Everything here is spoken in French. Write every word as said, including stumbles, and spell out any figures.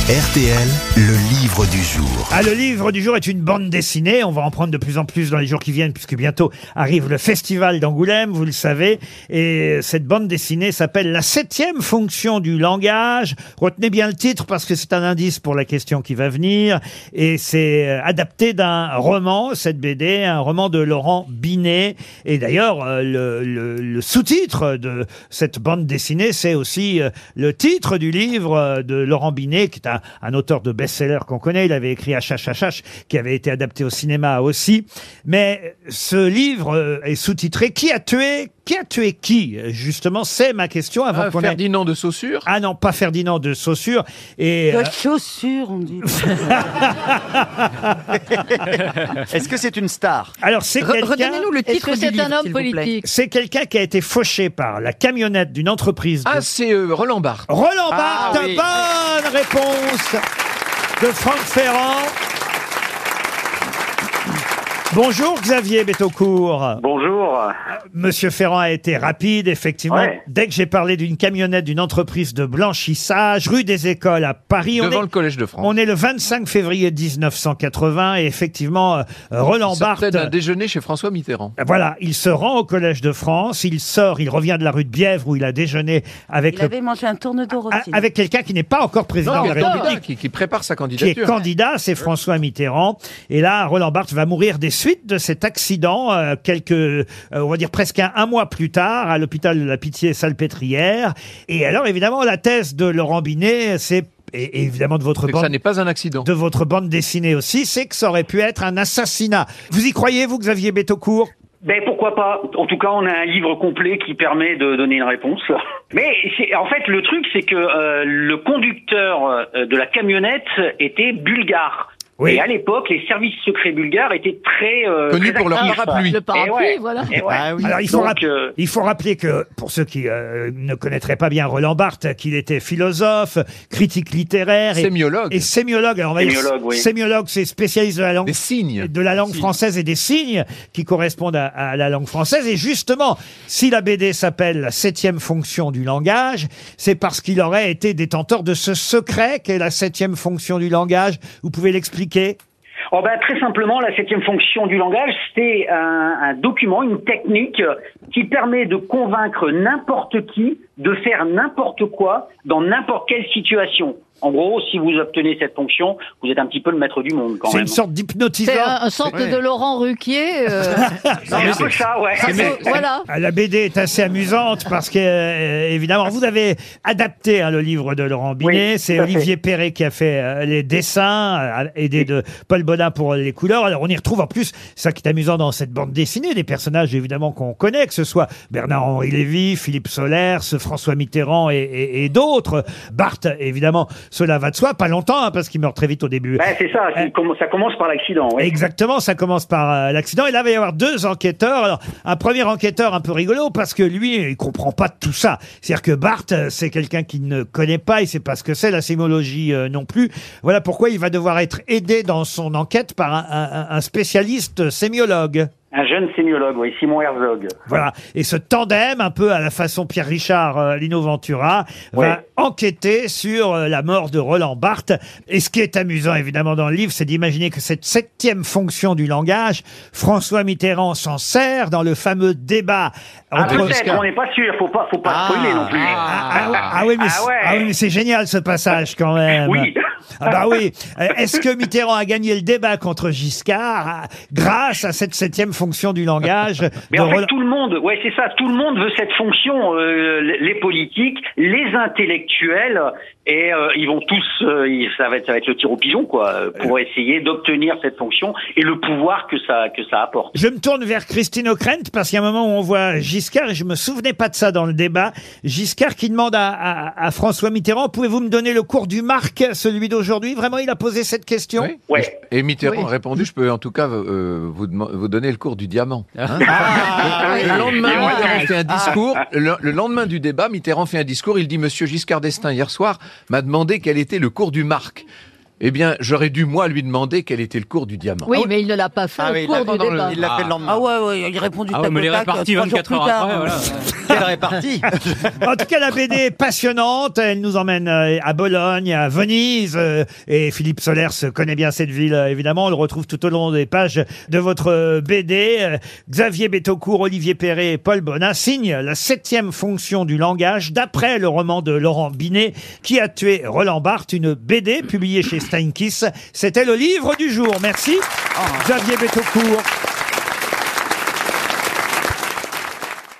R T L, le livre du jour. Ah, le livre du jour est une bande dessinée. On va en prendre de plus en plus dans les jours qui viennent, puisque bientôt arrive le festival d'Angoulême, vous le savez. Et cette bande dessinée s'appelle La septième fonction du langage. Retenez bien le titre, parce que c'est un indice pour la question qui va venir. Et c'est adapté d'un roman, cette B D, un roman de Laurent Binet. Et d'ailleurs, le, le, le sous-titre de cette bande dessinée, c'est aussi le titre du livre de Laurent Binet, qui est un un auteur de best-seller qu'on connaît. Il avait écrit H H H H, qui avait été adapté au cinéma aussi. Mais ce livre est sous-titré « Qui a tué Qui a tué qui ?» Justement, c'est ma question. Avant ah, qu'on Ferdinand ait... de Saussure. Ah non, pas Ferdinand de Saussure. Et de euh... chaussures, on dit. Est-ce que c'est une star? Alors, c'est Re- quelqu'un... Redonnez-nous le titre Est-ce que du c'est livre, un homme s'il vous plaît. politique? C'est quelqu'un qui a été fauché par la camionnette d'une entreprise. De... Ah, c'est euh, Roland Barthes. Roland Ah, Barthes, oui. bonne réponse de Franck Ferrand. Bonjour Xavier Betaucourt. Bonjour. Monsieur Ferrand a été rapide, effectivement. Ouais. Dès que j'ai parlé d'une camionnette d'une entreprise de blanchissage, rue des Écoles à Paris, on Devant est, le Collège de France. on est le vingt-cinq février dix-neuf cent quatre-vingts et effectivement, euh, Roland Il sortait Barthes... d'un déjeuner chez François Mitterrand. Voilà, il se rend au Collège de France, il sort, il revient de la rue de Bièvre où il a déjeuné avec, Il le- avait mangé un tourne d'or a- aussi. avec quelqu'un qui n'est pas encore président Non, de la un République. candidat qui, qui prépare sa Qui est candidature. candidat, c'est François Mitterrand. Et là, Roland Barthes va mourir des suites de cet accident, euh, quelques, euh, on va dire presque un, un mois plus tard, à l'hôpital de la Pitié-Salpêtrière. Et alors, évidemment, la thèse de Laurent Binet, c'est, et, et évidemment de votre C'est que ça bande, n'est pas un accident. de votre bande dessinée aussi, c'est que ça aurait pu être un assassinat. Vous y croyez, vous, Xavier Betaucourt? Ben pourquoi pas. En tout cas, on a un livre complet qui permet de donner une réponse. Mais c'est, en fait, le truc, c'est que euh, le conducteur euh, de la camionnette était bulgare. Oui. Et à l'époque, les services secrets bulgares étaient très euh, Connus très pour leur actifs. parapluie. Le parapluie, Et ouais. voilà. Et ouais. Ah oui. Alors, il faut, Donc, rap- euh, il faut rappeler que, pour ceux qui euh, ne connaîtraient pas bien Roland Barthes, qu'il était philosophe, critique littéraire et, Sémiologue. et sémiologue. Alors, on va dire- Sémiologue, oui. sémiologue, c'est spécialiste de la langue, Des signes. de la langue française et des signes qui correspondent à, à la langue française. Et justement, si la B D s'appelle La septième fonction du langage, c'est parce qu'il aurait été détenteur de ce secret qu'est la septième fonction du langage. Vous pouvez l'expliquer? Oh ben, très simplement, la septième fonction du langage, c'est un, un document, une technique qui permet de convaincre n'importe qui de faire n'importe quoi dans n'importe quelle situation. En gros, si vous obtenez cette fonction, vous êtes un petit peu le maître du monde quand C'est même. une sorte C'est d'hypnotiseur. un, un sorte Ouais. de Laurent Ruquier. euh, C'est un peu ça, ouais. voilà. Ah, la B D est assez amusante parce que, euh, évidemment, vous avez adapté hein, le livre de Laurent Binet. Oui, c'est tout à fait. Olivier Perret qui a fait euh, les dessins, euh, aidé de Paul Bodin pour les couleurs. Alors, on y retrouve en plus, ça qui est amusant dans cette bande dessinée, des personnages évidemment qu'on connaît, que ce soit Bernard-Henri Lévy, Philippe Solers, François Mitterrand et, et- et d'autres. Barthes, évidemment, cela va de soi. Pas longtemps, hein, parce qu'il meurt très vite au début. Ben, c'est ça, c'est- ça commence par l'accident. Ouais. Exactement, ça commence par euh, l'accident. Et là, il va y avoir deux enquêteurs. Alors, un premier enquêteur un peu rigolo parce que lui, il comprend pas tout ça. C'est-à-dire que Barthes, euh, c'est quelqu'un qui ne connaît pas, il sait pas ce que c'est, la sémiologie euh, non plus. Voilà pourquoi il va devoir être aidé dans son enquête par un, un- un spécialiste sémiologue. Un jeune sémiologue, oui, Simon Herzog. Voilà. Et ce tandem, un peu à la façon Pierre Richard, euh, Lino Ventura, va Ouais. enquêter sur euh, la mort de Roland Barthes. Et ce qui est amusant, évidemment, dans le livre, c'est d'imaginer que cette septième fonction du langage, François Mitterrand s'en sert dans le fameux débat Ah, entre... peut-être, on n'est pas sûr, faut pas, faut pas Ah. spoiler non plus. Ah, ah, ah oui, mais, Ah ouais. ah oui, mais c'est génial ce passage quand même. Oui. Ah bah oui. Euh, Est-ce que Mitterrand a gagné le débat contre Giscard ah, grâce à cette septième fonction du langage Mais de en fait, Roland- tout le monde, ouais, c'est ça, tout le monde veut cette fonction, euh, les politiques, les intellectuels, et euh, ils vont tous, euh, ils- ça va être, ça va être le tir au pigeon, quoi, euh, pour essayer d'obtenir cette fonction et le pouvoir que ça, que ça apporte. Je me tourne vers Christine O'Krent parce qu'il y a un moment où on voit Giscard et je me souvenais pas de ça dans le débat. Giscard qui demande à, à- à François Mitterrand, pouvez-vous me donner le cours du Marc, celui d'aujourd'hui? Vraiment, il a posé cette question? Oui. Ouais. Et Mitterrand Oui. a répondu, je peux en tout cas euh, vous, dem- vous donner le cours du diamant. Hein. Ah, le lendemain, Ah. Mitterrand fait un discours. Le, le lendemain du débat, Mitterrand fait un discours. Il dit, Monsieur Giscard d'Estaing, hier soir, m'a demandé quel était le cours du Marc. Eh bien, j'aurais dû, moi, lui demander quel était le cours du diamant. Oui, mais il ne l'a pas fait Ah au oui, cours il l'a du fait dans le- débat. il l'a fait le lendemain. Ah ouais, ouais, il répond du Ah ouais, tac mais au les tac, réparties trois jours vingt-quatre plus heures tard. après, voilà. Quelle répartie. En tout cas, la B D est passionnante. Elle nous emmène euh, à Bologne, à Venise. euh, Et Philippe Solers connaît bien cette ville, euh, évidemment. On le retrouve tout au long des pages de votre euh, B D. Euh, Xavier Betaucourt, Olivier Perret et Paul Bonin signent la septième fonction du langage, d'après le roman de Laurent Binet, Qui a tué Roland Barthes, une B D publiée chez Steinkiss. C'était le livre du jour. Merci, Xavier Betaucourt.